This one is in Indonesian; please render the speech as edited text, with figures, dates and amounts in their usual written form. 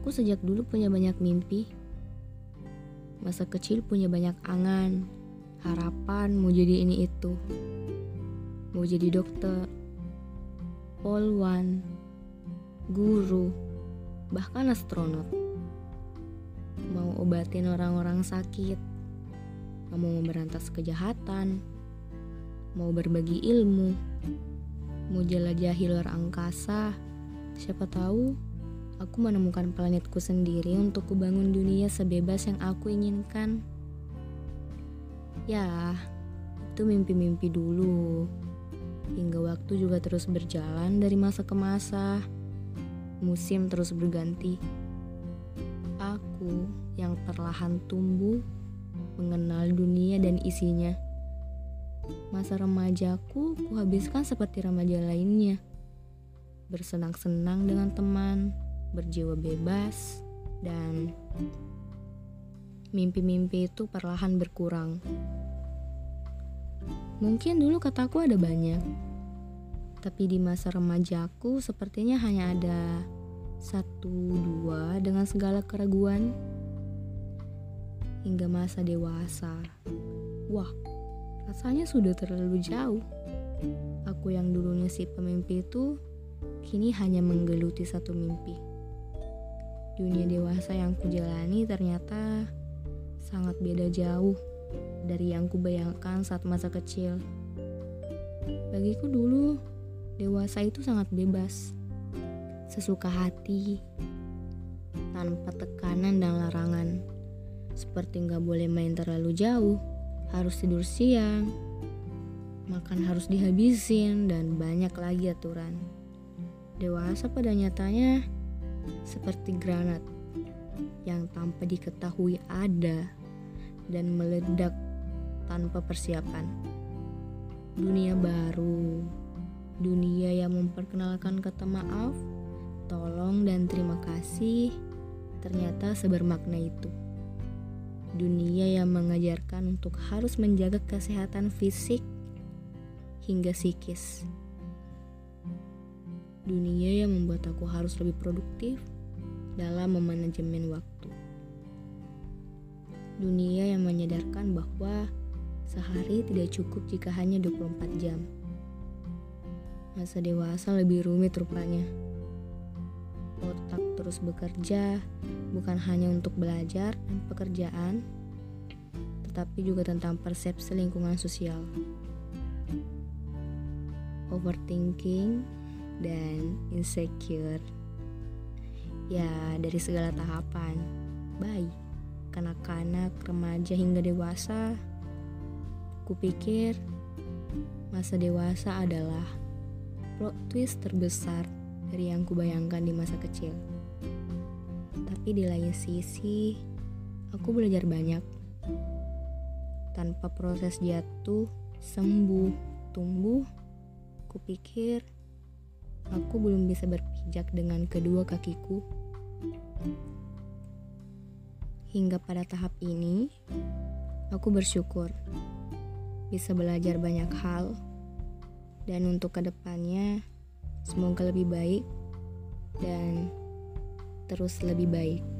Aku sejak dulu punya banyak mimpi. Masa kecil punya banyak angan, harapan mau jadi ini itu. Mau jadi dokter, polwan, guru, bahkan astronot. Mau obatin orang-orang sakit, mau memberantas kejahatan, mau berbagi ilmu, mau jelajahi luar angkasa. Siapa tahu aku menemukan planetku sendiri untuk kubangun dunia sebebas yang aku inginkan. Ya, itu mimpi-mimpi dulu. Hingga waktu juga terus berjalan dari masa ke masa. Musim terus berganti. Aku yang perlahan tumbuh, mengenal dunia dan isinya. Masa remajaku kuhabiskan seperti remaja lainnya. Bersenang-senang dengan teman, berjiwa bebas, dan mimpi-mimpi itu perlahan berkurang. Mungkin dulu kataku ada banyak, tapi di masa remajaku sepertinya hanya ada 1-2 dengan segala keraguan. Hingga masa dewasa, wah, rasanya sudah terlalu jauh. Aku yang dulunya si pemimpi itu kini hanya menggeluti satu mimpi. Dunia dewasa yang kujalani ternyata sangat beda jauh dari yang kubayangkan saat masa kecil. Bagiku dulu, dewasa itu sangat bebas, sesuka hati, tanpa tekanan dan larangan. Seperti gak boleh main terlalu jauh, harus tidur siang, makan harus dihabisin, dan banyak lagi aturan. Dewasa pada nyatanya seperti granat yang tanpa diketahui ada dan meledak tanpa persiapan. Dunia baru, dunia yang memperkenalkan kata maaf, tolong dan terima kasih, ternyata sebermakna itu. Dunia yang mengajarkan untuk harus menjaga kesehatan fisik hingga psikis. Dunia yang membuat aku harus lebih produktif dalam memanajemen waktu. Dunia yang menyadarkan bahwa sehari tidak cukup jika hanya 24 jam. Masa dewasa lebih rumit rupanya. Otak terus bekerja, bukan hanya untuk belajar dan pekerjaan, tetapi juga tentang persepsi lingkungan sosial. Overthinking dan insecure. Ya, dari segala tahapan, bayi, kanak-kanak, remaja hingga dewasa. Kupikir masa dewasa adalah plot twist terbesar dari yang kubayangkan di masa kecil. Tapi di lain sisi, aku belajar banyak. Tanpa proses jatuh, sembuh, tumbuh, kupikir aku belum bisa berpijak dengan kedua kakiku. Hingga pada tahap ini, aku bersyukur bisa belajar banyak hal, dan untuk kedepannya semoga lebih baik dan terus lebih baik.